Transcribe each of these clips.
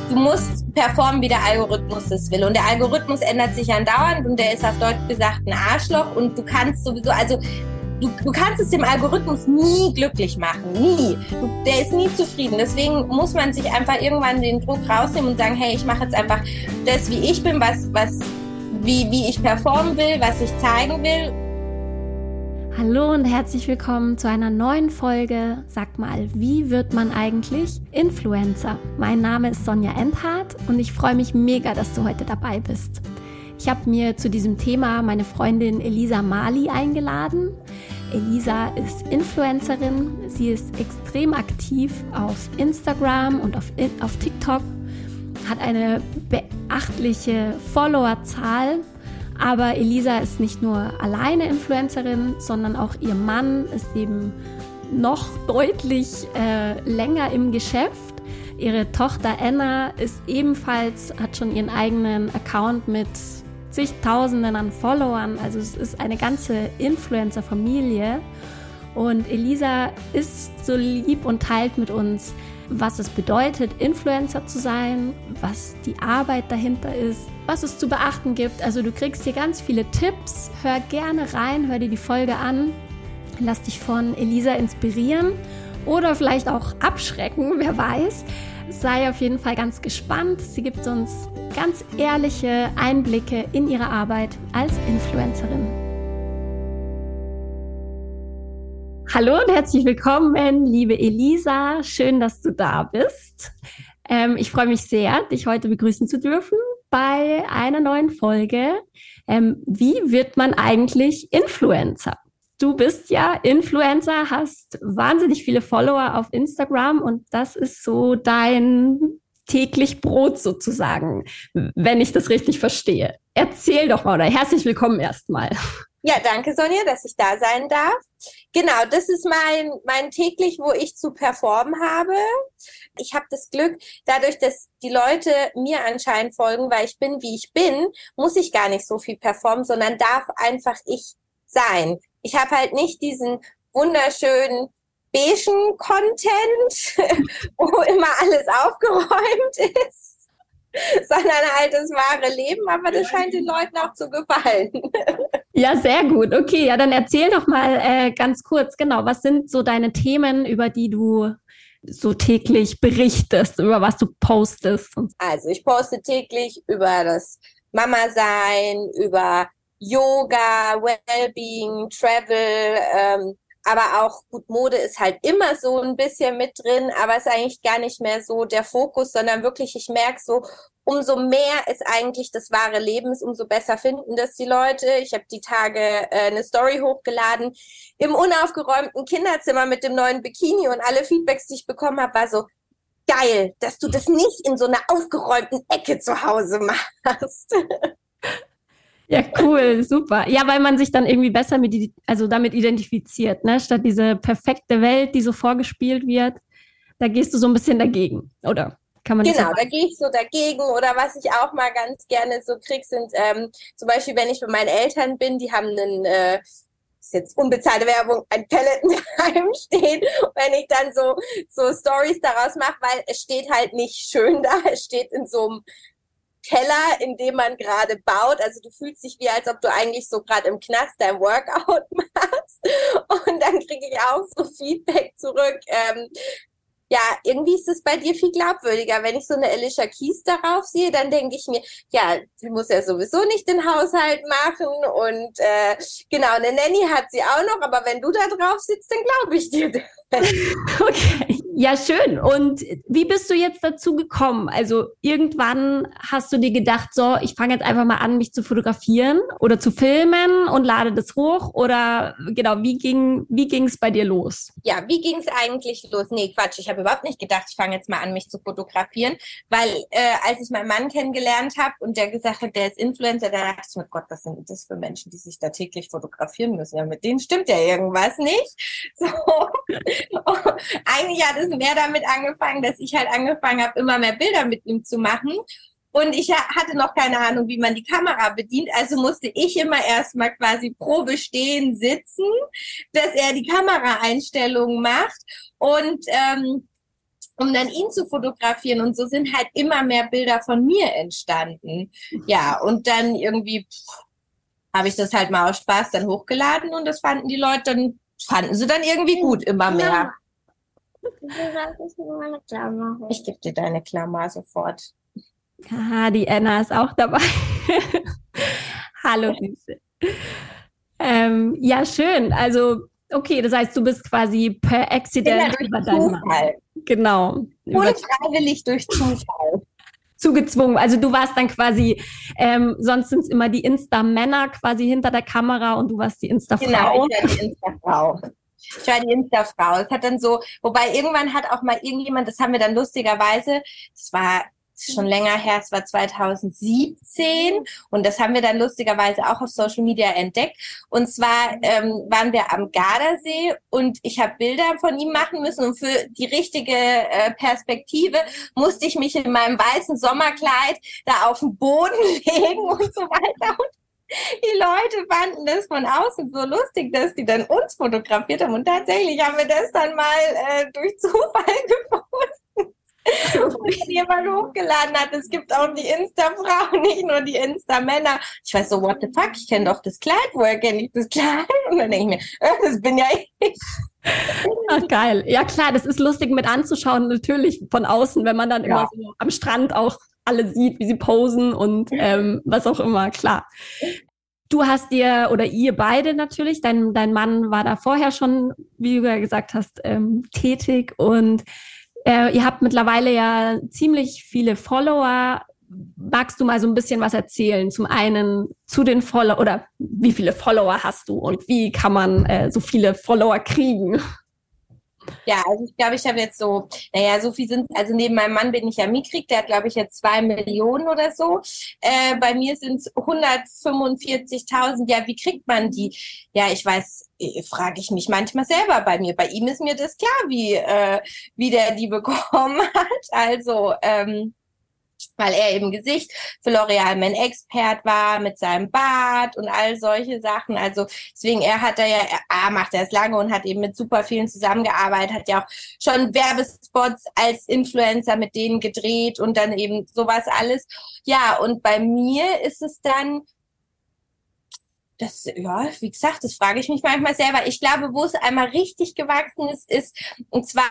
Du musst performen, wie der Algorithmus es will. Und der Algorithmus ändert sich andauernd und der ist auf Deutsch gesagt ein Arschloch. Und du kannst sowieso, also du kannst es dem Algorithmus nie glücklich machen. Nie. Der ist nie zufrieden. Deswegen muss man sich einfach irgendwann den Druck rausnehmen und sagen, hey, ich mache jetzt einfach das, wie ich bin, wie ich performen will, was ich zeigen will. Hallo und herzlich willkommen zu einer neuen Folge. Sag mal, wie wird man eigentlich Influencer? Mein Name ist Sonja Endhardt und ich freue mich mega, dass du heute dabei bist. Ich habe mir zu diesem Thema meine Freundin Elisa Mali eingeladen. Elisa ist Influencerin. Sie ist extrem aktiv auf Instagram und auf TikTok, hat eine beachtliche Followerzahl. Aber Elisa ist nicht nur alleine Influencerin, sondern auch ihr Mann ist eben noch deutlich länger im Geschäft. Ihre Tochter Anna ist ebenfalls, hat schon ihren eigenen Account mit zigtausenden an Followern. Also es ist eine ganze Influencer-Familie. Und Elisa ist so lieb und teilt mit uns, was es bedeutet, Influencer zu sein, was die Arbeit dahinter ist, was es zu beachten gibt. Also du kriegst hier ganz viele Tipps. Hör gerne rein, hör dir die Folge an. Lass dich von Elisa inspirieren oder vielleicht auch abschrecken, wer weiß. Sei auf jeden Fall ganz gespannt. Sie gibt uns ganz ehrliche Einblicke in ihre Arbeit als Influencerin. Hallo und herzlich willkommen, liebe Elisa. Schön, dass du da bist. Ich freue mich sehr, dich heute begrüßen zu dürfen bei einer neuen Folge. Wie wird man eigentlich Influencer? Du bist ja Influencer, hast wahnsinnig viele Follower auf Instagram und das ist so dein täglich Brot sozusagen, wenn ich das richtig verstehe. Erzähl doch mal oder herzlich willkommen erstmal. Ja, danke Sonja, dass ich da sein darf. Genau, das ist mein täglich, wo ich zu performen habe. Ich habe das Glück, dadurch, dass die Leute mir anscheinend folgen, weil ich bin, wie ich bin, muss ich gar nicht so viel performen, sondern darf einfach ich sein. Ich habe halt nicht diesen wunderschönen beigen Content, wo immer alles aufgeräumt ist, sondern halt das wahre Leben, aber das scheint den Leuten auch zu gefallen. Ja, sehr gut. Okay, ja, dann erzähl doch mal ganz kurz, genau, was sind so deine Themen, über die du so täglich berichtest, über was du postest? Also ich poste täglich über das Mama-Sein, über Yoga, Wellbeing, Travel, aber auch gut, Mode ist halt immer so ein bisschen mit drin, aber ist eigentlich gar nicht mehr so der Fokus, sondern wirklich, ich merke so, umso mehr ist eigentlich das wahre Leben, umso besser finden das die Leute. Ich habe die Tage eine Story hochgeladen im unaufgeräumten Kinderzimmer mit dem neuen Bikini und alle Feedbacks, die ich bekommen habe, war so, geil, dass du das nicht in so einer aufgeräumten Ecke zu Hause machst. Ja, cool, super. Ja, weil man sich dann irgendwie besser damit identifiziert, ne? Statt diese perfekte Welt, die so vorgespielt wird, da gehst du so ein bisschen dagegen, oder? Kann man Genau, da gehe ich so dagegen. Oder was ich auch mal ganz gerne so krieg, sind zum Beispiel, wenn ich bei meinen Eltern bin, die haben ist jetzt unbezahlte Werbung, ein Pelletenheim stehen. Und wenn ich dann so Stories daraus mache, weil es steht halt nicht schön da, es steht in so einem Keller, in dem man gerade baut. Also du fühlst dich wie, als ob du eigentlich so gerade im Knast dein Workout machst. Und dann kriege ich auch so Feedback zurück. Ja, irgendwie ist es bei dir viel glaubwürdiger. Wenn ich so eine Alicia Keys darauf sehe, dann denke ich mir, ja, die muss ja sowieso nicht den Haushalt machen. Und genau, eine Nanny hat sie auch noch. Aber wenn du da drauf sitzt, dann glaube ich dir das. Okay, ja schön. Und wie bist du jetzt dazu gekommen? Also irgendwann hast du dir gedacht, so, ich fange jetzt einfach mal an, mich zu fotografieren oder zu filmen und lade das hoch? Oder genau, wie ging's bei dir los? Ja, wie ging's eigentlich los? Nee, Quatsch, ich habe überhaupt nicht gedacht, ich fange jetzt mal an, mich zu fotografieren, weil als ich meinen Mann kennengelernt habe und der gesagt hat, der ist Influencer, da dachte ich mir, Gott, was sind das für Menschen, die sich da täglich fotografieren müssen? Ja, mit denen stimmt ja irgendwas nicht. So. Eigentlich hat es mehr damit angefangen, dass ich halt angefangen habe, immer mehr Bilder mit ihm zu machen. Und ich hatte noch keine Ahnung, wie man die Kamera bedient. Also musste ich immer erstmal quasi Probe stehen, sitzen, dass er die Kameraeinstellungen macht. Und um dann ihn zu fotografieren. Und so sind halt immer mehr Bilder von mir entstanden. Ja, und dann irgendwie habe ich das halt mal aus Spaß dann hochgeladen und das fanden sie dann irgendwie gut, immer mehr. Ich gebe dir deine Klammer sofort. Aha, die Anna ist auch dabei. Hallo, Süße. Ja, schön. Also, okay, das heißt, du bist quasi per Accident über deinen Mann. Genau. Unfreiwillig durch Zufall. Zugezwungen. Also du warst dann quasi, sonst sind es immer die Insta-Männer quasi hinter der Kamera und du warst die Insta-Frau. Genau, ich war die Insta-Frau. Ich war die Insta-Frau. Es hat dann so, wobei irgendwann hat auch mal irgendjemand, das haben wir dann lustigerweise, das war schon länger her, es war 2017 und das haben wir dann lustigerweise auch auf Social Media entdeckt. Und zwar waren wir am Gardasee und ich habe Bilder von ihm machen müssen und für die richtige Perspektive musste ich mich in meinem weißen Sommerkleid da auf den Boden legen und so weiter. Und die Leute fanden das von außen so lustig, dass die dann uns fotografiert haben und tatsächlich haben wir das dann mal durch Zufall gefunden. Und jemand hochgeladen hat, es gibt auch die Insta-Frauen, nicht nur die Insta-Männer. Ich weiß so, what the fuck, ich kenne doch das Kleid, woher kenne ich das Kleid? Und dann denke ich mir, das bin ja ich. Ach, geil. Ja klar, das ist lustig mit anzuschauen, natürlich von außen, wenn man dann immer so am Strand auch alle sieht, wie sie posen und was auch immer, klar. Du hast dir, oder ihr beide natürlich, dein Mann war da vorher schon, wie du ja gesagt hast, tätig und ihr habt mittlerweile ja ziemlich viele Follower. Magst du mal so ein bisschen was erzählen? Zum einen zu den Follower oder wie viele Follower hast du und wie kann man so viele Follower kriegen? Ja, also ich glaube, ich habe jetzt so, so viel sind, also neben meinem Mann bin ich ja mickrig, der hat, glaube ich, jetzt 2 Millionen oder so. Bei mir sind es 145.000. Ja, wie kriegt man die? Ja, ich weiß, frage ich mich manchmal selber bei mir. Bei ihm ist mir das klar, wie der die bekommen hat. Also, weil er im Gesicht für L'Oréal Men Expert war mit seinem Bart und all solche Sachen. Also deswegen, macht er es lange und hat eben mit super vielen zusammengearbeitet, hat ja auch schon Werbespots als Influencer mit denen gedreht und dann eben sowas alles. Ja, und bei mir ist es dann, wie gesagt, das frage ich mich manchmal selber. Ich glaube, wo es einmal richtig gewachsen ist, und zwar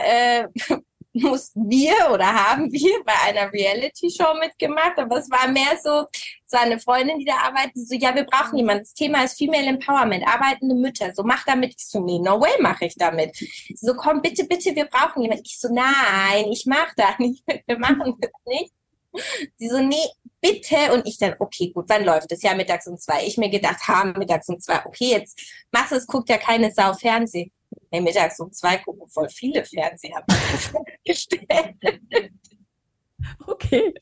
haben wir bei einer Reality-Show mitgemacht, aber es war mehr so, es war eine Freundin, die da arbeitet, die so, ja, wir brauchen jemanden. Das Thema ist Female Empowerment, arbeitende Mütter. So, mach damit. Ich so, nee, no way mache ich damit. So, komm, bitte, bitte, wir brauchen jemanden. Ich so, nein, ich mache da nicht mit, wir machen das nicht. Sie so, nee, bitte. Und ich dann, okay, gut, wann läuft es? Ja, mittags um 2. Ich mir gedacht, mittags um 2. Okay, jetzt machst du es, guckt ja keine Sau Fernsehen. Nee, mittags um 2 gucken voll viele Fernsehen, habe ich gestellt. Okay.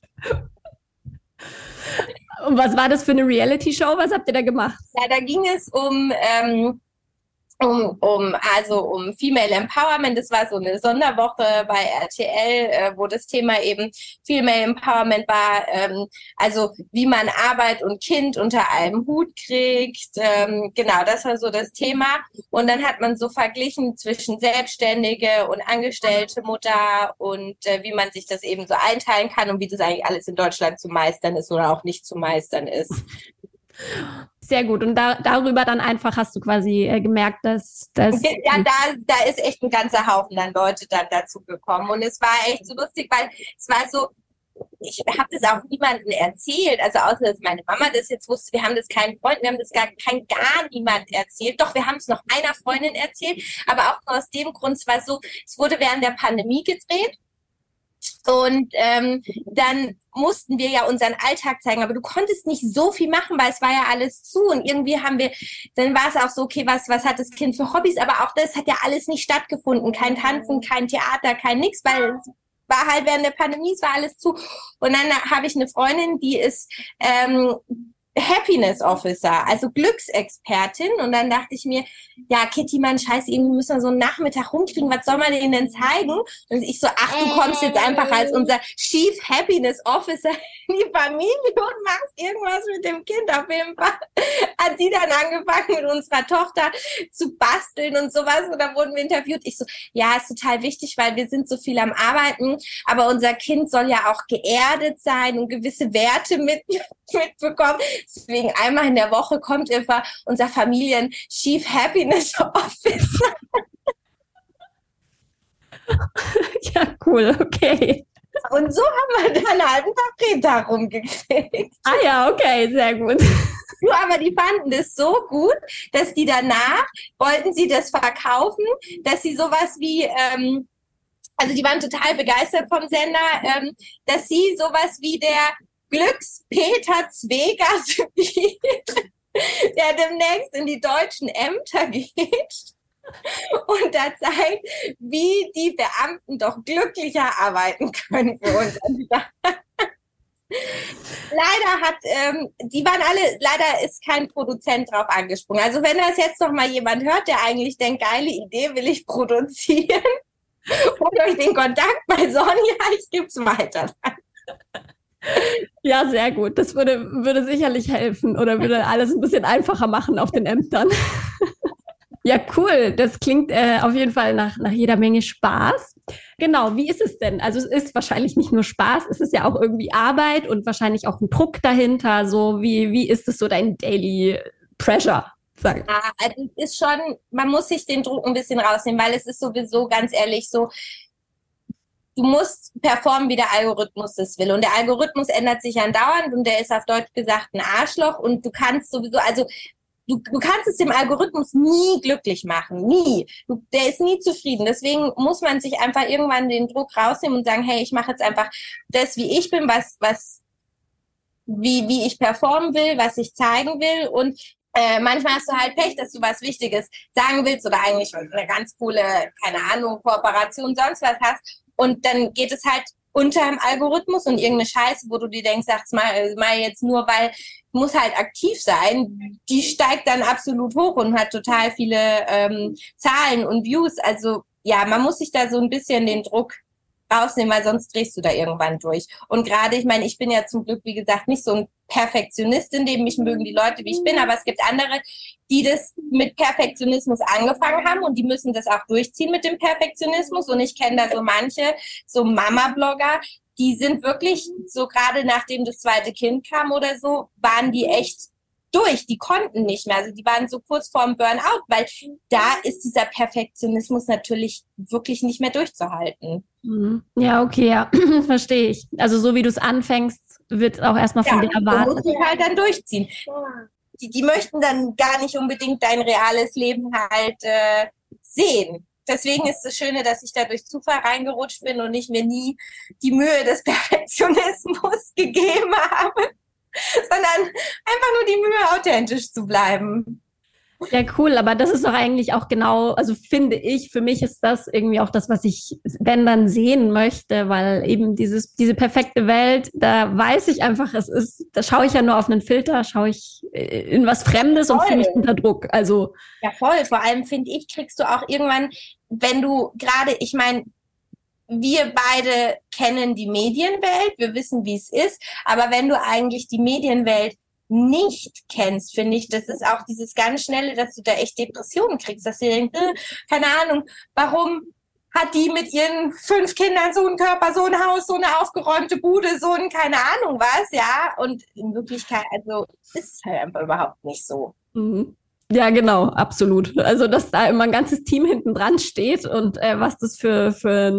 Und was war das für eine Reality-Show? Was habt ihr da gemacht? Ja, da ging es um Female Empowerment. Das war so eine Sonderwoche bei RTL, wo das Thema eben Female Empowerment war, also wie man Arbeit und Kind unter einem Hut kriegt. Genau, das war so das Thema. Und dann hat man so verglichen zwischen Selbstständige und angestellte Mutter und wie man sich das eben so einteilen kann und wie das eigentlich alles in Deutschland zu meistern ist oder auch nicht zu meistern ist. Sehr gut. Und darüber dann einfach hast du quasi gemerkt, dass das... Ja, da ist echt ein ganzer Haufen dann Leute dann dazu gekommen. Und es war echt so lustig, weil es war so, ich habe das auch niemandem erzählt, also außer dass meine Mama das jetzt wusste, wir haben das keinen Freunden, wir haben das gar niemand erzählt. Doch, wir haben es noch einer Freundin erzählt, aber auch nur aus dem Grund, es war so, es wurde während der Pandemie gedreht. Und dann mussten wir ja unseren Alltag zeigen, aber du konntest nicht so viel machen, weil es war ja alles zu und irgendwie dann war es auch so, okay, was hat das Kind für Hobbys, aber auch das hat ja alles nicht stattgefunden, kein Tanzen, kein Theater, kein nix, weil es war halt während der Pandemie, es war alles zu. Und dann habe ich eine Freundin, die ist Happiness Officer, also Glücksexpertin. Und dann dachte ich mir, ja, Kitty, Mann, scheiße, irgendwie müssen wir so einen Nachmittag rumkriegen. Was soll man denen denn zeigen? Und ich so, ach, du kommst jetzt einfach als unser Chief Happiness Officer in die Familie und machst irgendwas mit dem Kind. Auf jeden Fall hat die dann angefangen, mit unserer Tochter zu basteln und sowas. Und da wurden wir interviewt. Ich so, ja, ist total wichtig, weil wir sind so viel am Arbeiten. Aber unser Kind soll ja auch geerdet sein und gewisse Werte mitbekommen. Deswegen einmal in der Woche kommt einfach unser Familien-Chief Happiness Officer. Ja, cool, okay. Und so haben wir dann halt einen Vertreter rumgekriegt. Ah ja, okay, sehr gut. Aber die fanden das so gut, dass die danach, wollten sie das verkaufen, dass sie sowas wie, also die waren total begeistert vom Sender, dass sie sowas wie der Glücks-Peter Zwegert, der demnächst in die deutschen Ämter geht und da zeigt, wie die Beamten doch glücklicher arbeiten können für uns. Leider ist kein Produzent drauf angesprungen. Also wenn das jetzt noch mal jemand hört, der eigentlich denkt, geile Idee, will ich produzieren, holt euch den Kontakt bei Sonja, ich gebe es weiter. Ja, sehr gut. Das würde sicherlich helfen oder würde alles ein bisschen einfacher machen auf den Ämtern. Ja, cool. Das klingt auf jeden Fall nach jeder Menge Spaß. Genau, wie ist es denn? Also es ist wahrscheinlich nicht nur Spaß, es ist ja auch irgendwie Arbeit und wahrscheinlich auch ein Druck dahinter. So, wie ist es so dein Daily Pressure? Sag. Ja, also es ist schon, man muss sich den Druck ein bisschen rausnehmen, weil es ist sowieso ganz ehrlich so, du musst performen, wie der Algorithmus das will. Und der Algorithmus ändert sich andauernd und der ist auf Deutsch gesagt ein Arschloch und du kannst sowieso, also du kannst es dem Algorithmus nie glücklich machen, nie. Der ist nie zufrieden. Deswegen muss man sich einfach irgendwann den Druck rausnehmen und sagen, hey, ich mache jetzt einfach das, wie ich bin, wie ich performen will, was ich zeigen will. Und manchmal hast du halt Pech, dass du was Wichtiges sagen willst oder eigentlich eine ganz coole, keine Ahnung, Kooperation, sonst was hast. Und dann geht es halt unter im Algorithmus und irgendeine Scheiße, wo du dir denkst, sag's mal jetzt nur, weil muss halt aktiv sein, die steigt dann absolut hoch und hat total viele Zahlen und Views. Also ja, man muss sich da so ein bisschen den Druck rausnehmen, weil sonst drehst du da irgendwann durch. Und gerade, ich meine, ich bin ja zum Glück, wie gesagt, nicht so ein Perfektionistin, mich mögen die Leute, wie ich bin, aber es gibt andere, die das mit Perfektionismus angefangen haben und die müssen das auch durchziehen mit dem Perfektionismus. Und ich kenne da so manche, so Mama-Blogger, die sind wirklich, so gerade nachdem das zweite Kind kam oder so, waren die echt durch, die konnten nicht mehr. Also die waren so kurz vorm Burnout, weil da ist dieser Perfektionismus natürlich wirklich nicht mehr durchzuhalten. Ja, okay, ja, verstehe ich. Also so wie du es anfängst, wird auch erstmal von dir erwartet. Du musst dich halt dann durchziehen. Die möchten dann gar nicht unbedingt dein reales Leben halt sehen. Deswegen ist das Schöne, dass ich da durch Zufall reingerutscht bin und ich mir nie die Mühe des Perfektionismus gegeben habe, sondern einfach nur die Mühe, authentisch zu bleiben. Ja, cool, aber das ist doch eigentlich auch genau, also finde ich, für mich ist das irgendwie auch das, was ich, wenn dann sehen möchte, weil eben diese perfekte Welt, da weiß ich einfach, da schaue ich ja nur auf einen Filter, schaue ich in was Fremdes und fühle mich unter Druck, also. Ja, voll, vor allem finde ich, kriegst du auch irgendwann, wenn du gerade, ich meine, wir beide kennen die Medienwelt, wir wissen, wie es ist, aber wenn du eigentlich die Medienwelt nicht kennst, finde ich, das ist auch dieses ganz Schnelle, dass du da echt Depressionen kriegst, dass du denkst, keine Ahnung, warum hat die mit ihren 5 Kindern so einen Körper, so ein Haus, so eine aufgeräumte Bude, so ein keine Ahnung was, ja, und in Wirklichkeit, also ist es halt einfach überhaupt nicht so. Ja, genau, absolut. Also, dass da immer ein ganzes Team hinten dran steht und was das für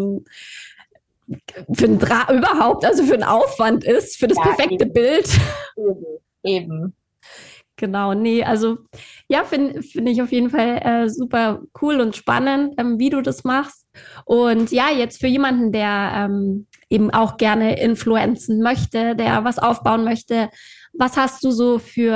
überhaupt, also für ein Aufwand ist, für das perfekte Bild. Eben. Genau, nee, also ja, finde ich auf jeden Fall super cool und spannend, wie du das machst. Und ja, jetzt für jemanden, der eben auch gerne influenzen möchte, der was aufbauen möchte, was hast du so für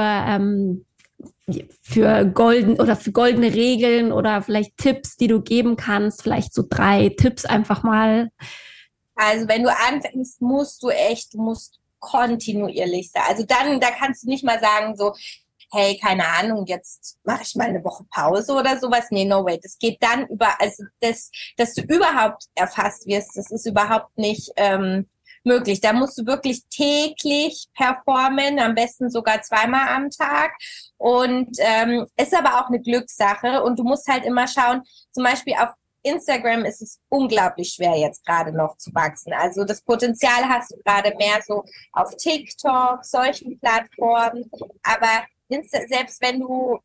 goldene Regeln oder vielleicht Tipps, die du geben kannst? Vielleicht so 3 Tipps einfach mal. Also wenn du anfängst, musst du kontinuierlich sein. Also dann, da kannst du nicht mal sagen so, hey, keine Ahnung, jetzt mache ich mal eine Woche Pause oder sowas. Nee, no way. Das geht dann also dass du überhaupt erfasst wirst, das ist überhaupt nicht möglich. Da musst du wirklich täglich performen, am besten sogar 2-mal am Tag. Und ist aber auch eine Glückssache. Und du musst halt immer schauen, zum Beispiel auf Instagram ist es unglaublich schwer, jetzt gerade noch zu wachsen. Also das Potenzial hast du gerade mehr so auf TikTok, solchen Plattformen. Aber selbst wenn du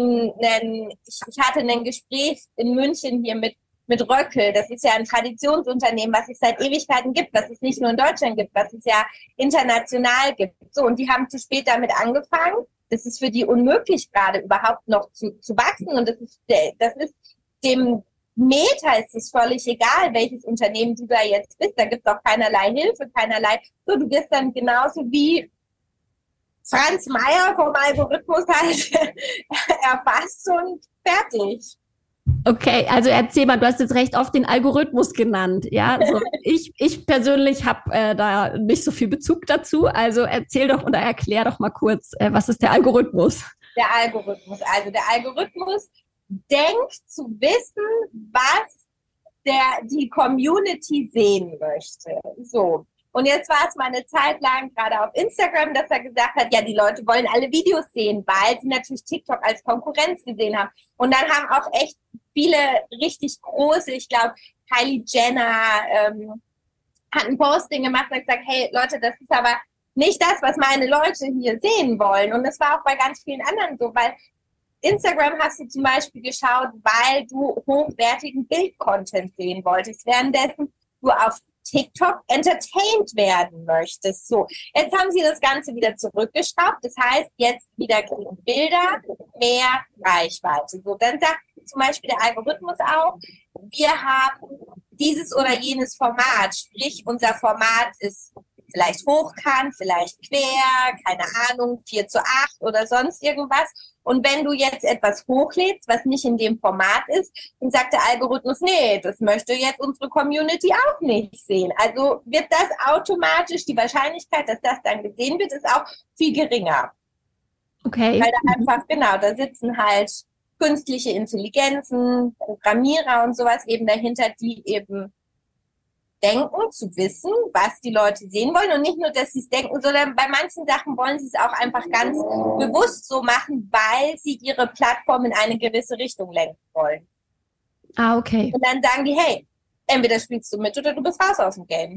ich hatte ein Gespräch in München hier mit Röckel, das ist ja ein Traditionsunternehmen, was es seit Ewigkeiten gibt, was es nicht nur in Deutschland gibt, was es ja international gibt. So, und die haben zu spät damit angefangen. Das ist für die unmöglich, gerade überhaupt noch zu wachsen. Und das ist dem Meta ist es völlig egal, welches Unternehmen du da jetzt bist. Da gibt es auch keinerlei Hilfe, keinerlei. So, du wirst dann genauso wie Franz Mayer vom Algorithmus halt erfasst und fertig. Okay, also erzähl mal, du hast jetzt recht oft den Algorithmus genannt, ja. Also ich persönlich habe da nicht so viel Bezug dazu. Also erzähl doch oder erklär doch mal kurz, was ist der Algorithmus? Der Algorithmus. Also der Algorithmus denkt zu wissen, was die Community sehen möchte. So. Und jetzt war es mal eine Zeit lang, gerade auf Instagram, dass er gesagt hat, ja, die Leute wollen alle Videos sehen, weil sie natürlich TikTok als Konkurrenz gesehen haben. Und dann haben auch echt viele richtig große, ich glaube, Kylie Jenner hat ein Posting gemacht und gesagt, hey Leute, das ist aber nicht das, was meine Leute hier sehen wollen. Und das war auch bei ganz vielen anderen so, weil Instagram hast du zum Beispiel geschaut, weil du hochwertigen Bildcontent sehen wolltest, währenddessen du auf TikTok entertained werden möchtest. So, jetzt haben sie das Ganze wieder zurückgeschraubt. Das heißt, jetzt wieder kriegen Bilder mehr Reichweite. So, dann sagt zum Beispiel der Algorithmus auch, wir haben dieses oder jenes Format, sprich unser Format ist vielleicht hochkant, vielleicht quer, keine Ahnung, 4:8 oder sonst irgendwas. Und wenn du jetzt etwas hochlädst, was nicht in dem Format ist, dann sagt der Algorithmus, nee, das möchte jetzt unsere Community auch nicht sehen. Also wird das automatisch, die Wahrscheinlichkeit, dass das dann gesehen wird, ist auch viel geringer. Okay. Weil da einfach, genau, da sitzen halt künstliche Intelligenzen, Programmierer und sowas eben dahinter, die eben denken, zu wissen, was die Leute sehen wollen und nicht nur, dass sie es denken, sondern bei manchen Sachen wollen sie es auch einfach ganz bewusst so machen, weil sie ihre Plattform in eine gewisse Richtung lenken wollen. Ah, okay. Und dann sagen die, hey, entweder spielst du mit oder du bist raus aus dem Game.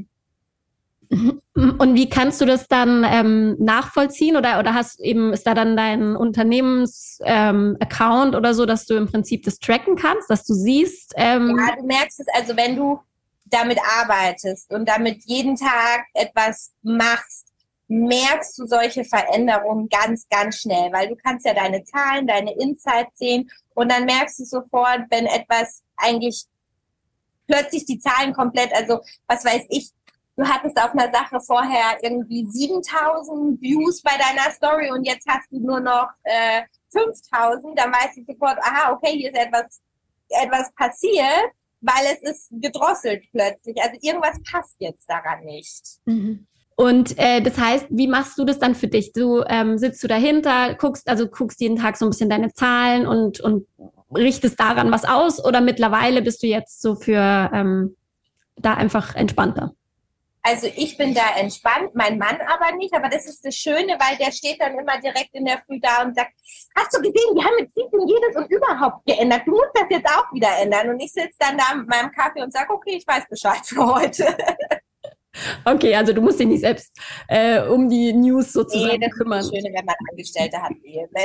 Und wie kannst du das dann nachvollziehen oder ist da dann dein Unternehmens-Account oder so, dass du im Prinzip das tracken kannst, dass du siehst? Ja, du merkst es, also wenn du damit arbeitest und damit jeden Tag etwas machst, merkst du solche Veränderungen ganz, ganz schnell, weil du kannst ja deine Zahlen, deine Insights sehen und dann merkst du sofort, wenn etwas eigentlich plötzlich die Zahlen komplett, also was weiß ich, du hattest auf einer Sache vorher irgendwie 7.000 Views bei deiner Story und jetzt hast du nur noch 5.000, dann weißt du sofort, aha, okay, hier ist etwas passiert, weil es ist gedrosselt plötzlich. Also irgendwas passt jetzt daran nicht. Mhm. Und das heißt, wie machst du das dann für dich? Du sitzt du dahinter, guckst jeden Tag so ein bisschen deine Zahlen und richtest daran was aus oder mittlerweile bist du jetzt so für da einfach entspannter? Also ich bin da entspannt, mein Mann aber nicht, aber das ist das Schöne, weil der steht dann immer direkt in der Früh da und sagt, hast du gesehen, die haben jetzt dies und jedes und überhaupt geändert, du musst das jetzt auch wieder ändern. Und ich sitze dann da mit meinem Kaffee und sage, okay, ich weiß Bescheid für heute. Okay, also du musst dich nicht selbst um die News sozusagen kümmern. Das ist das Schöne, wenn man Angestellte hat.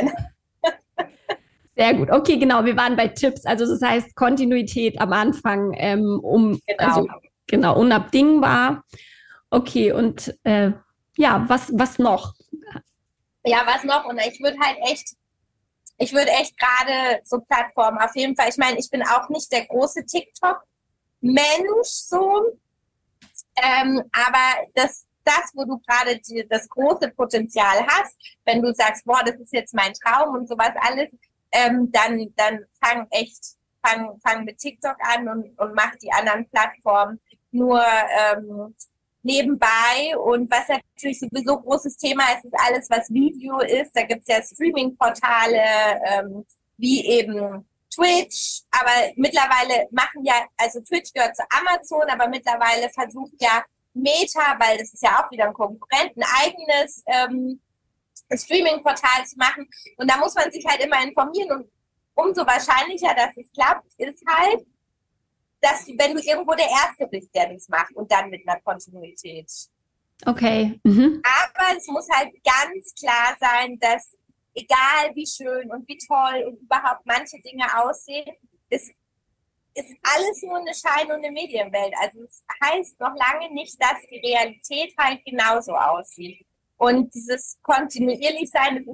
Sehr gut. Okay, genau, wir waren bei Tipps. Also das heißt Kontinuität am Anfang, unabdingbar. Okay, und was noch? Ja, was noch? Und ich würde echt gerade so Plattformen auf jeden Fall, ich meine, ich bin auch nicht der große TikTok-Mensch so, aber das, wo du gerade das große Potenzial hast, wenn du sagst, boah, das ist jetzt mein Traum und sowas alles, dann fang mit TikTok an und mach die anderen Plattformen. Nur nebenbei. Und was natürlich sowieso großes Thema ist, ist alles, was Video ist. Da gibt es ja Streaming-Portale, wie eben Twitch, aber mittlerweile also Twitch gehört zu Amazon, aber mittlerweile versucht ja Meta, weil das ist ja auch wieder ein Konkurrent, ein eigenes Streaming-Portal zu machen. Und da muss man sich halt immer informieren. Und umso wahrscheinlicher, dass es klappt, ist halt, dass wenn du irgendwo der Erste bist, der das macht und dann mit einer Kontinuität. Okay. Mhm. Aber es muss halt ganz klar sein, dass egal wie schön und wie toll und überhaupt manche Dinge aussehen, es ist alles nur eine Schein- und eine Medienwelt. Also es heißt noch lange nicht, dass die Realität halt genauso aussieht. Und dieses kontinuierlich sein,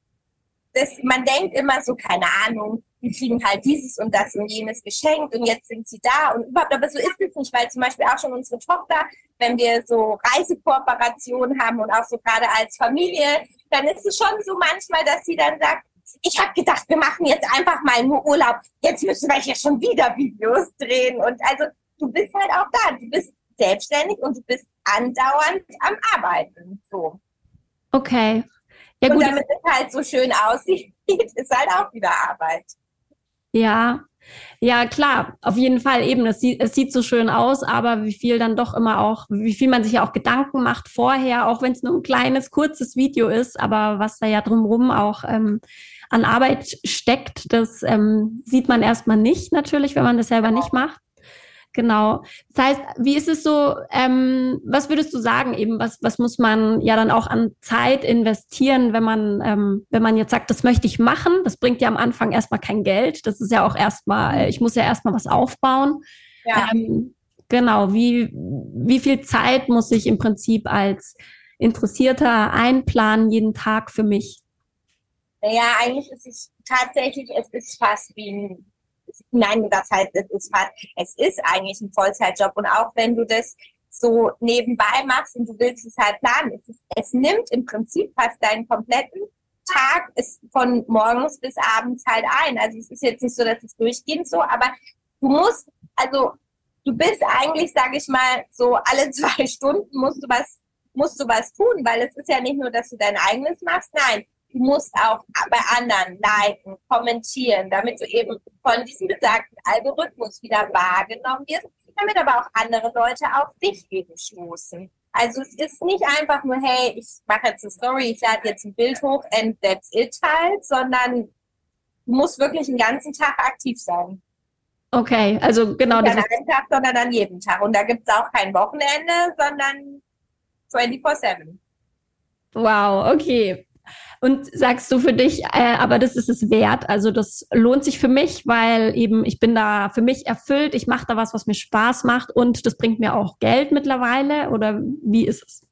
man denkt immer so, keine Ahnung, die kriegen halt dieses und das und jenes geschenkt und jetzt sind sie da und überhaupt, aber so ist es nicht, weil zum Beispiel auch schon unsere Tochter, wenn wir so Reisekooperationen haben und auch so gerade als Familie, dann ist es schon so manchmal, dass sie dann sagt, ich habe gedacht, wir machen jetzt einfach mal nur Urlaub, jetzt müssen wir hier schon wieder Videos drehen und also du bist halt auch da, du bist selbstständig und du bist andauernd am Arbeiten, so. Okay. Ja, gut. Und damit es halt so schön aussieht, ist halt auch wieder Arbeit. Ja, ja, klar, auf jeden Fall eben. Es sieht so schön aus, aber wie viel dann doch immer auch, wie viel man sich ja auch Gedanken macht vorher, auch wenn es nur ein kleines, kurzes Video ist, aber was da ja drumherum auch an Arbeit steckt, das sieht man erstmal nicht natürlich, wenn man das selber nicht macht. Genau. Das heißt, wie ist es so, was würdest du sagen eben, was muss man ja dann auch an Zeit investieren, wenn man jetzt sagt, das möchte ich machen, das bringt ja am Anfang erstmal kein Geld, das ist ja auch erstmal, ich muss ja erstmal was aufbauen. Ja. Genau, wie viel Zeit muss ich im Prinzip als Interessierter einplanen jeden Tag für mich? Naja, eigentlich ist es tatsächlich, es ist fast wie ein Nein, das heißt, es ist eigentlich ein Vollzeitjob und auch wenn du das so nebenbei machst und du willst es halt planen, es nimmt im Prinzip fast deinen kompletten Tag ist von morgens bis abends halt ein. Also es ist jetzt nicht so, dass es durchgehend so, aber du bist eigentlich, sage ich mal, so alle 2 Stunden musst du was tun, weil es ist ja nicht nur, dass du dein eigenes machst, nein. Du musst auch bei anderen liken, kommentieren, damit du eben von diesem besagten Algorithmus wieder wahrgenommen wirst, damit aber auch andere Leute auf dich eben stoßen. Also es ist nicht einfach nur, hey, ich mache jetzt eine Story, ich lade jetzt ein Bild hoch and that's it halt, sondern du musst wirklich den ganzen Tag aktiv sein. Okay, also genau. Nicht an einem Tag, sondern an jedem Tag. Und da gibt es auch kein Wochenende, sondern 24/7. Wow, okay. Und sagst du für dich, aber das ist es wert, also das lohnt sich für mich, weil eben ich bin da für mich erfüllt, ich mache da was mir Spaß macht und das bringt mir auch Geld mittlerweile oder wie ist es?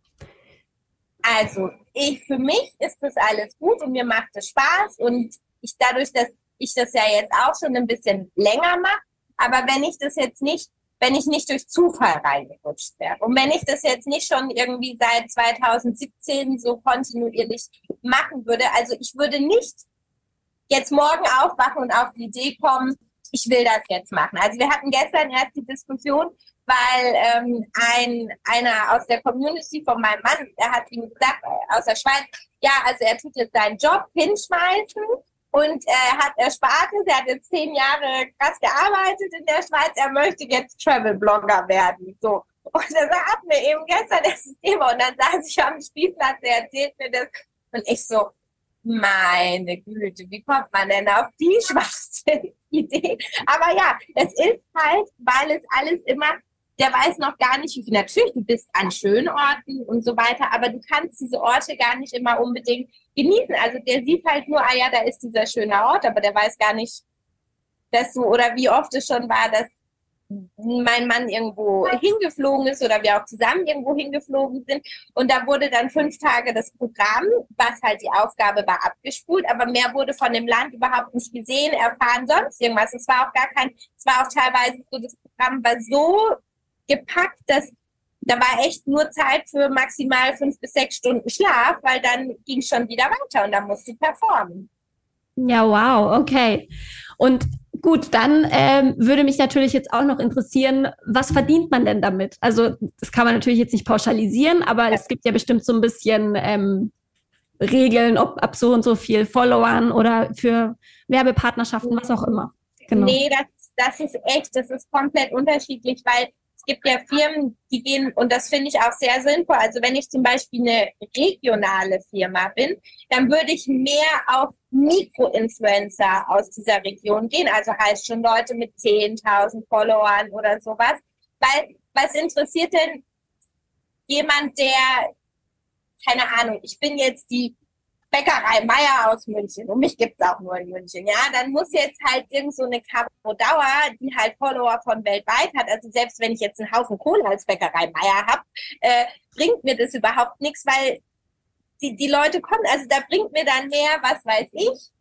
Also für mich ist das alles gut und mir macht es Spaß und dadurch, dass ich das ja jetzt auch schon ein bisschen länger mache, aber wenn ich nicht durch Zufall reingerutscht wäre. Und wenn ich das jetzt nicht schon irgendwie seit 2017 so kontinuierlich machen würde, also ich würde nicht jetzt morgen aufwachen und auf die Idee kommen, ich will das jetzt machen. Also wir hatten gestern erst die Diskussion, weil einer aus der Community von meinem Mann, der hat ihm gesagt, aus der Schweiz, ja, also er tut jetzt seinen Job hinschmeißen, und er hat Erspartes, er hat jetzt 10 Jahre krass gearbeitet in der Schweiz, er möchte jetzt Travel-Blogger werden. So. Und das hatten wir eben gestern das Thema und dann saß ich am Spielplatz, er erzählt mir das und ich so, meine Güte, wie kommt man denn auf die Schwachsinn-Idee? Aber ja, es ist halt, weil es alles immer, der weiß noch gar nicht, wie viel. Natürlich, du bist an schönen Orten und so weiter, aber du kannst diese Orte gar nicht immer unbedingt genießen. Also der sieht halt nur, ah ja, da ist dieser schöne Ort, aber der weiß gar nicht, dass oder wie oft es schon war, dass mein Mann irgendwo hingeflogen ist oder wir auch zusammen irgendwo hingeflogen sind. Und da wurde dann 5 Tage das Programm, was halt die Aufgabe war, abgespult, aber mehr wurde von dem Land überhaupt nicht gesehen, erfahren, sonst irgendwas. Es war auch teilweise so, das Programm war so gepackt, dass da war echt nur Zeit für maximal 5 bis 6 Stunden Schlaf, weil dann ging es schon wieder weiter und dann musst du performen. Ja, wow, okay. Und Gut, dann würde mich natürlich jetzt auch noch interessieren, was verdient man denn damit? Also das kann man natürlich jetzt nicht pauschalisieren, aber es gibt ja bestimmt so ein bisschen Regeln, ob ab so und so viel Followern oder für Werbepartnerschaften, was auch immer. Genau. Nee, das ist echt, das ist komplett unterschiedlich, weil es gibt ja Firmen, die gehen, und das finde ich auch sehr sinnvoll. Also wenn ich zum Beispiel eine regionale Firma bin, dann würde ich mehr auf Mikroinfluencer aus dieser Region gehen. Also heißt schon Leute mit 10.000 Followern oder sowas. Weil, was interessiert denn jemand, der, keine Ahnung, ich bin jetzt die Bäckerei Meier aus München und mich gibt's auch nur in München, ja, dann muss jetzt halt irgend so eine Caro Dauer, die halt Follower von weltweit hat, also selbst wenn ich jetzt einen Haufen Kohle als Bäckerei Meier habe, bringt mir das überhaupt nichts, weil die Leute kommen, also da bringt mir dann mehr, was weiß ich,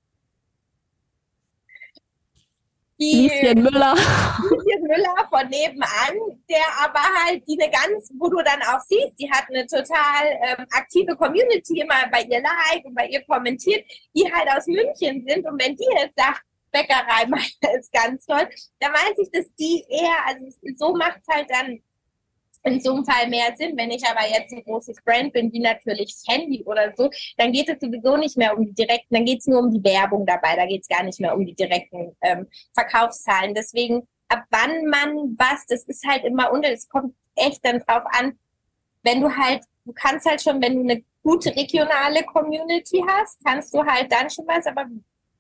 Lieschen Müller. Lieschen Müller von nebenan, der aber halt die eine ganz, wo du dann auch siehst, die hat eine total aktive Community, immer bei ihr like und bei ihr kommentiert, die halt aus München sind. Und wenn die jetzt sagt, Bäckerei Meier ist ganz toll, dann weiß ich, dass die eher, also so macht es halt dann in so einem Fall mehr Sinn. Wenn ich aber jetzt ein großes Brand bin, wie natürlich Handy oder so, dann geht es sowieso nicht mehr um die direkten, dann geht es nur um die Werbung dabei, da geht es gar nicht mehr um die direkten Verkaufszahlen. Deswegen, ab wann man was, das ist halt immer es kommt echt dann drauf an, wenn du halt, du kannst halt schon, wenn du eine gute regionale Community hast, kannst du halt dann schon was, aber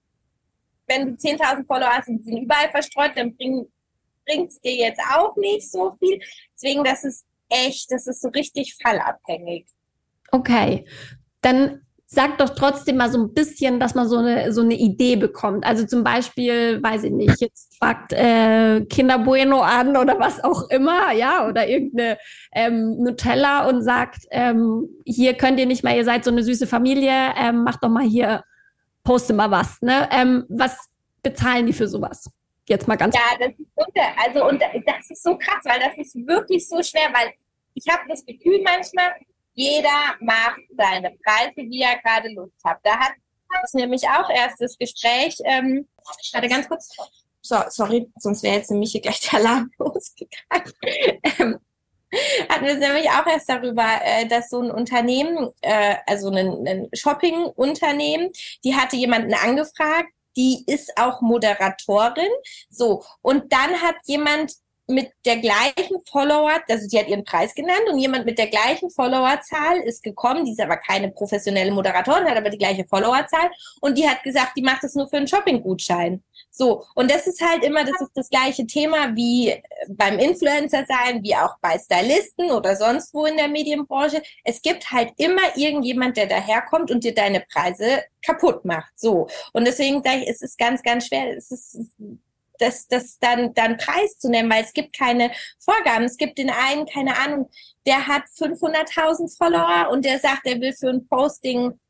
wenn du 10.000 Follower hast und die sind überall verstreut, dann bringt es dir jetzt auch nicht so viel. Deswegen, das ist so richtig fallabhängig. Okay, dann sag doch trotzdem mal so ein bisschen, dass man so eine Idee bekommt. Also zum Beispiel, weiß ich nicht, jetzt fragt Kinder Bueno an oder was auch immer, ja, oder irgendeine Nutella und sagt, hier könnt ihr nicht mal, ihr seid so eine süße Familie, macht doch mal hier, poste mal was, ne? Was bezahlen die für sowas? Jetzt mal ganz. Ja, das ist und das ist so krass, weil das ist wirklich so schwer, weil ich habe das Gefühl manchmal, jeder macht seine Preise, wie er gerade Lust hat. Da hat es nämlich auch erst das Gespräch, warte ganz kurz, sorry, sonst wäre jetzt nämlich hier gleich der Alarm losgegangen. Hatten wir es nämlich auch erst darüber, dass so ein Unternehmen, also ein Shopping-Unternehmen, die hatte jemanden angefragt, die ist auch Moderatorin. So, und dann hat jemand mit der gleichen Follower, also die hat ihren Preis genannt und jemand mit der gleichen Followerzahl ist gekommen, die ist aber keine professionelle Moderatorin, hat aber die gleiche Followerzahl und die hat gesagt, die macht das nur für einen Shopping-Gutschein. So, und das ist halt immer, das ist das gleiche Thema wie beim Influencer sein, wie auch bei Stylisten oder sonst wo in der Medienbranche. Es gibt halt immer irgendjemand, der daherkommt und dir deine Preise kaputt macht. So, und deswegen sage ich, es ist ganz, ganz schwer, es ist das dann Preis zu nennen, weil es gibt keine Vorgaben. Es gibt den einen, keine Ahnung, der hat 500.000 Follower und der sagt, er will für ein Posting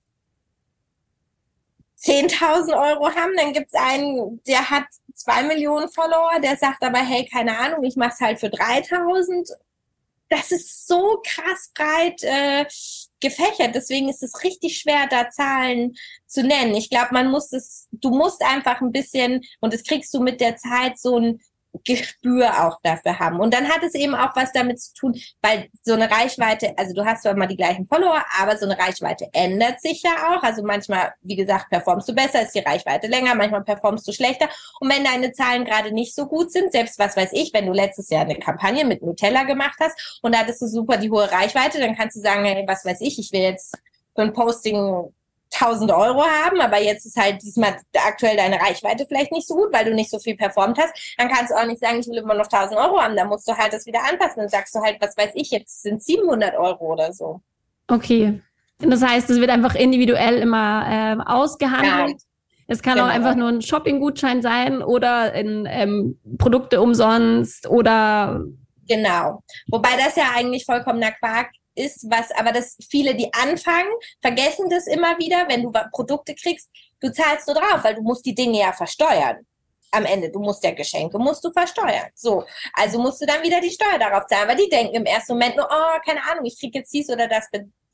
10.000 Euro haben. Dann gibt's einen, der hat 2 Millionen Follower, der sagt aber, hey, keine Ahnung, ich mache es halt für 3.000. Das ist so krass breit gefächert. Deswegen ist es richtig schwer, da Zahlen zu nennen. Ich glaube, du musst einfach ein bisschen, und das kriegst du mit der Zeit, so ein Gespür auch dafür haben. Und dann hat es eben auch was damit zu tun, weil so eine Reichweite, also du hast zwar immer die gleichen Follower, aber so eine Reichweite ändert sich ja auch. Also manchmal, wie gesagt, performst du besser, ist die Reichweite länger, manchmal performst du schlechter. Und wenn deine Zahlen gerade nicht so gut sind, selbst was weiß ich, wenn du letztes Jahr eine Kampagne mit Nutella gemacht hast und da hattest du super die hohe Reichweite, dann kannst du sagen, hey, was weiß ich will jetzt für ein Posting 1.000 Euro haben, aber jetzt ist halt diesmal aktuell deine Reichweite vielleicht nicht so gut, weil du nicht so viel performt hast, dann kannst du auch nicht sagen, ich will immer noch 1.000 Euro haben, dann musst du halt das wieder anpassen, dann sagst du halt, was weiß ich, jetzt sind 700 Euro oder so. Okay, das heißt, es wird einfach individuell immer ausgehandelt. Ja. Es kann auch einfach nur ein Shopping-Gutschein sein oder in Produkte umsonst oder... Genau, wobei das ja eigentlich vollkommener Quark ist, aber das viele, die anfangen, vergessen das immer wieder, wenn du Produkte kriegst, du zahlst nur drauf, weil du musst die Dinge ja versteuern. Am Ende, du musst ja Geschenke, musst du versteuern. So, also musst du dann wieder die Steuer darauf zahlen, aber die denken im ersten Moment nur, oh, keine Ahnung, ich krieg jetzt dies oder das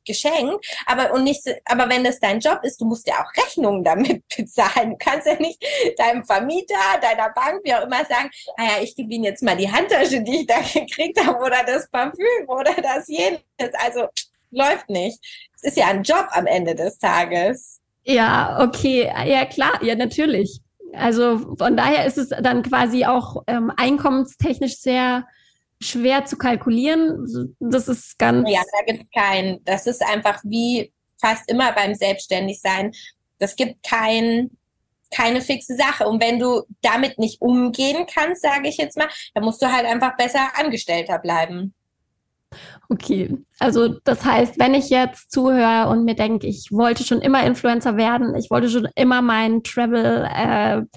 Geschenk, aber wenn das dein Job ist, du musst ja auch Rechnungen damit bezahlen. Du kannst ja nicht deinem Vermieter, deiner Bank, wie auch immer sagen, naja, ich gebe Ihnen jetzt mal die Handtasche, die ich da gekriegt habe oder das Parfüm oder das jenes. Also läuft nicht. Es ist ja ein Job am Ende des Tages. Ja, okay, ja klar, ja natürlich. Also von daher ist es dann quasi auch einkommenstechnisch sehr schwer zu kalkulieren. Das ist ganz... Ja, da gibt es das ist einfach wie fast immer beim Selbstständigsein. Das gibt keine fixe Sache. Und wenn du damit nicht umgehen kannst, sage ich jetzt mal, dann musst du halt einfach besser Angestellter bleiben. Okay, also das heißt, wenn ich jetzt zuhöre und mir denke, ich wollte schon immer Influencer werden, ich wollte schon immer meinen Travel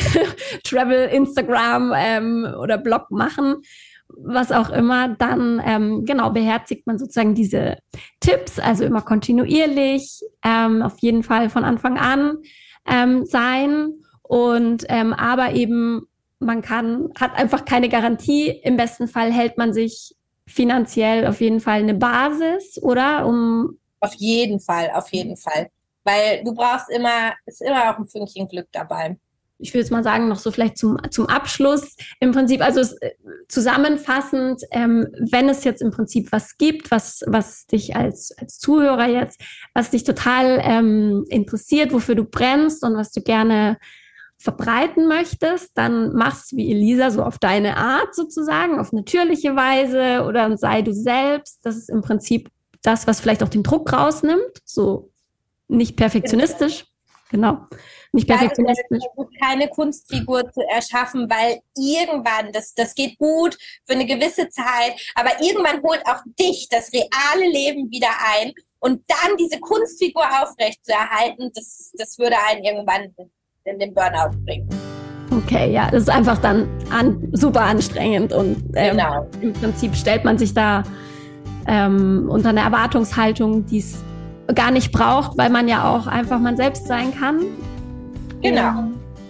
Instagram oder Blog machen, was auch immer, dann genau beherzigt man sozusagen diese Tipps, also immer kontinuierlich, auf jeden Fall von Anfang an sein und aber eben hat einfach keine Garantie. Im besten Fall hält man sich finanziell auf jeden Fall eine Basis, oder? Auf jeden Fall. Weil du brauchst ist immer auch ein Fünkchen Glück dabei. Ich würde jetzt mal sagen, noch so vielleicht zum Abschluss im Prinzip, also zusammenfassend, wenn es jetzt im Prinzip was gibt, was dich als Zuhörer jetzt, was dich total interessiert, wofür du brennst und was du gerne verbreiten möchtest, dann mach's wie Elisa, so auf deine Art sozusagen, auf natürliche Weise oder sei du selbst. Das ist im Prinzip das, was vielleicht auch den Druck rausnimmt, so nicht perfektionistisch, genau. Nicht perfektionistisch. Keine Kunstfigur zu erschaffen, weil irgendwann, das geht gut für eine gewisse Zeit, aber irgendwann holt auch dich das reale Leben wieder ein und dann diese Kunstfigur aufrecht zu erhalten, das würde einen irgendwann in den Burnout bringen. Okay, ja, das ist einfach dann super anstrengend und genau. Im Prinzip stellt man sich da unter eine Erwartungshaltung, die es gar nicht braucht, weil man ja auch einfach man selbst sein kann. Genau.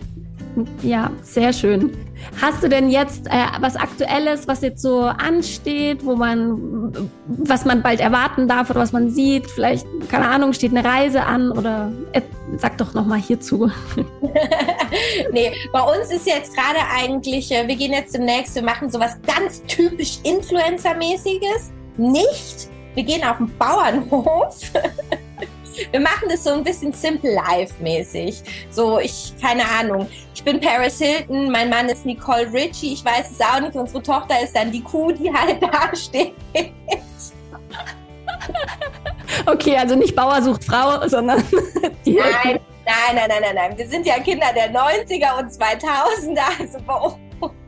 Ja, sehr schön. Hast du denn jetzt was Aktuelles, was jetzt so ansteht, was man bald erwarten darf oder was man sieht? Vielleicht, keine Ahnung, steht eine Reise an oder sag doch nochmal hierzu. Nee, bei uns ist jetzt gerade eigentlich, wir gehen jetzt demnächst, wir machen sowas ganz typisch Influencer-mäßiges. Nicht, wir gehen auf den Bauernhof. Wir machen das so ein bisschen Simple Life-mäßig. So, keine Ahnung, ich bin Paris Hilton, mein Mann ist Nicole Richie, ich weiß es auch nicht, unsere Tochter ist dann die Kuh, die halt da steht. Okay, also nicht Bauer sucht Frau, sondern die... Nein. Wir sind ja Kinder der 90er und 2000er, also bei uns.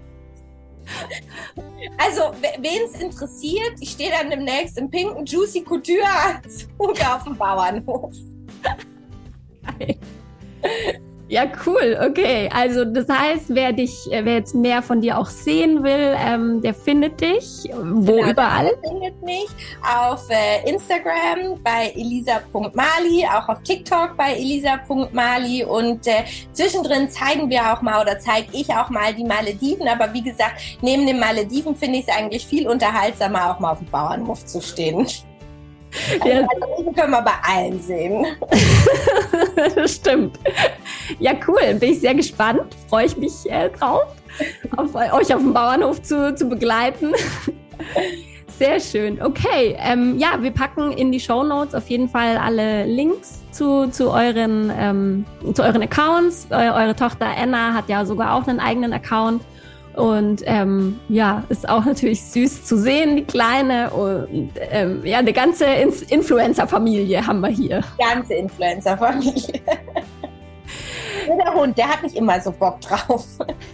Also, wen es interessiert, ich stehe dann demnächst im pinken Juicy Couture-Anzug auf dem Bauernhof. Geil. Ja, cool, okay. Also das heißt, wer jetzt mehr von dir auch sehen will, der findet dich wo genau, überall? Der findet mich auf Instagram bei elisa.mali, auch auf TikTok bei elisa.mali und zwischendrin zeige ich auch mal die Malediven, aber wie gesagt, neben den Malediven finde ich es eigentlich viel unterhaltsamer, auch mal auf dem Bauernhof zu stehen. Ja. Also, können wir bei allen sehen. Das stimmt. Ja, cool. Bin ich sehr gespannt. Freue ich mich drauf, euch auf dem Bauernhof zu begleiten. Sehr schön. Okay. Ja, wir packen in die Shownotes auf jeden Fall alle Links zu euren Accounts. Eure Tochter Anna hat ja sogar auch einen eigenen Account. Und ja, ist auch natürlich süß zu sehen, die Kleine. Und ja, eine ganze Influencer-Familie haben wir hier. Ganze Influencer-Familie. Der Hund, der hat nicht immer so Bock drauf.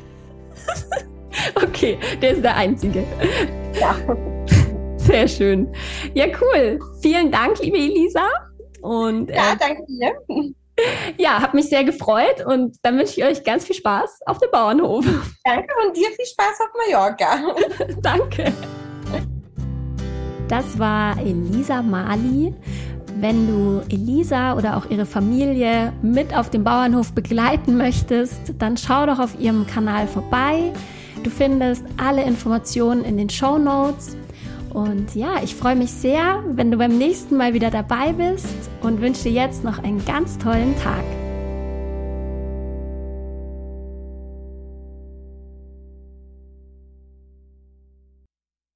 Okay, der ist der Einzige. Ja. Sehr schön. Ja, cool. Vielen Dank, liebe Elisa. Und, ja, danke dir. Ja, habe mich sehr gefreut und dann wünsche ich euch ganz viel Spaß auf dem Bauernhof. Danke und dir viel Spaß auf Mallorca. Danke. Das war Elisa Mali. Wenn du Elisa oder auch ihre Familie mit auf dem Bauernhof begleiten möchtest, dann schau doch auf ihrem Kanal vorbei. Du findest alle Informationen in den Shownotes. Und ja, ich freue mich sehr, wenn du beim nächsten Mal wieder dabei bist und wünsche dir jetzt noch einen ganz tollen Tag.